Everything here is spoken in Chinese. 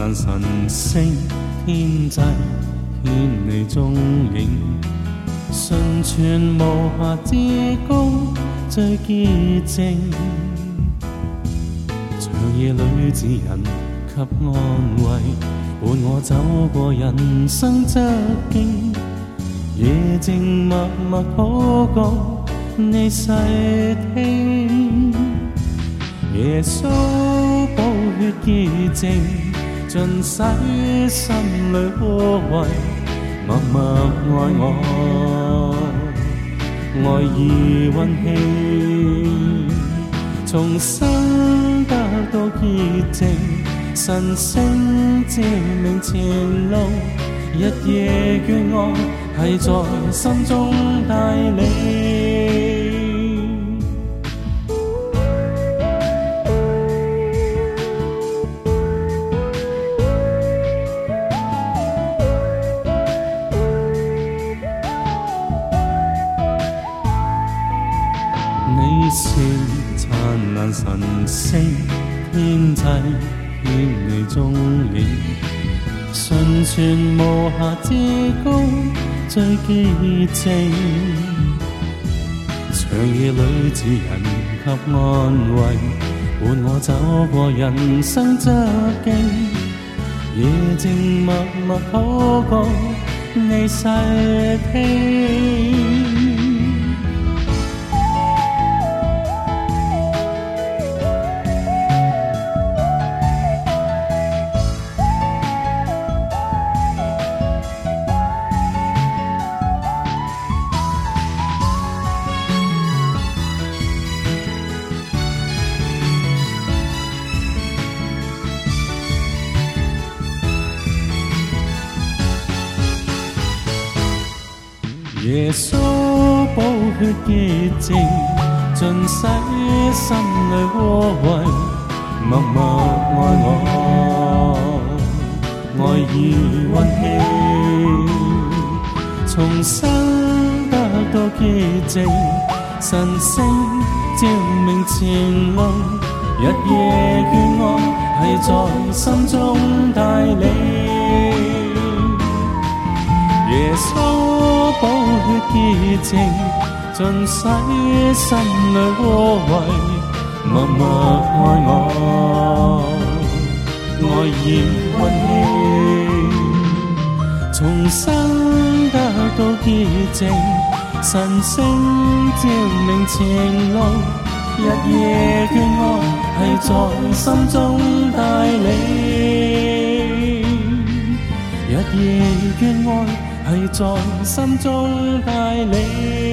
爛神聖天際，顯你蹤影，純全無瑕之高最潔淨。長夜裏指引給安慰，伴我走過人生側徑，夜靜默默禱告你細聽。耶穌寶血潔淨，盡洗心裏污穢，默默愛我，愛意溫馨，重生得到潔淨，神聖照明前路，日夜眷愛係在心中帶領。你是燦爛神聖天際，顯你蹤影，純全無瑕之高最潔淨。長夜裏指引給安慰，伴我走過人生側徑，夜靜默默禱告你細聽。耶穌寶血潔淨，盡洗心裏污穢，默默愛我，愛意溫馨，重生得到潔淨，神聖照明前路，日夜眷愛係在心中帶領。耶穌寶血潔淨，盡洗心裏污穢，默默愛我，愛意溫馨，重生得到潔淨，神聖照明前路，日夜眷愛係在心中帶領，日夜眷愛係在心中帶領。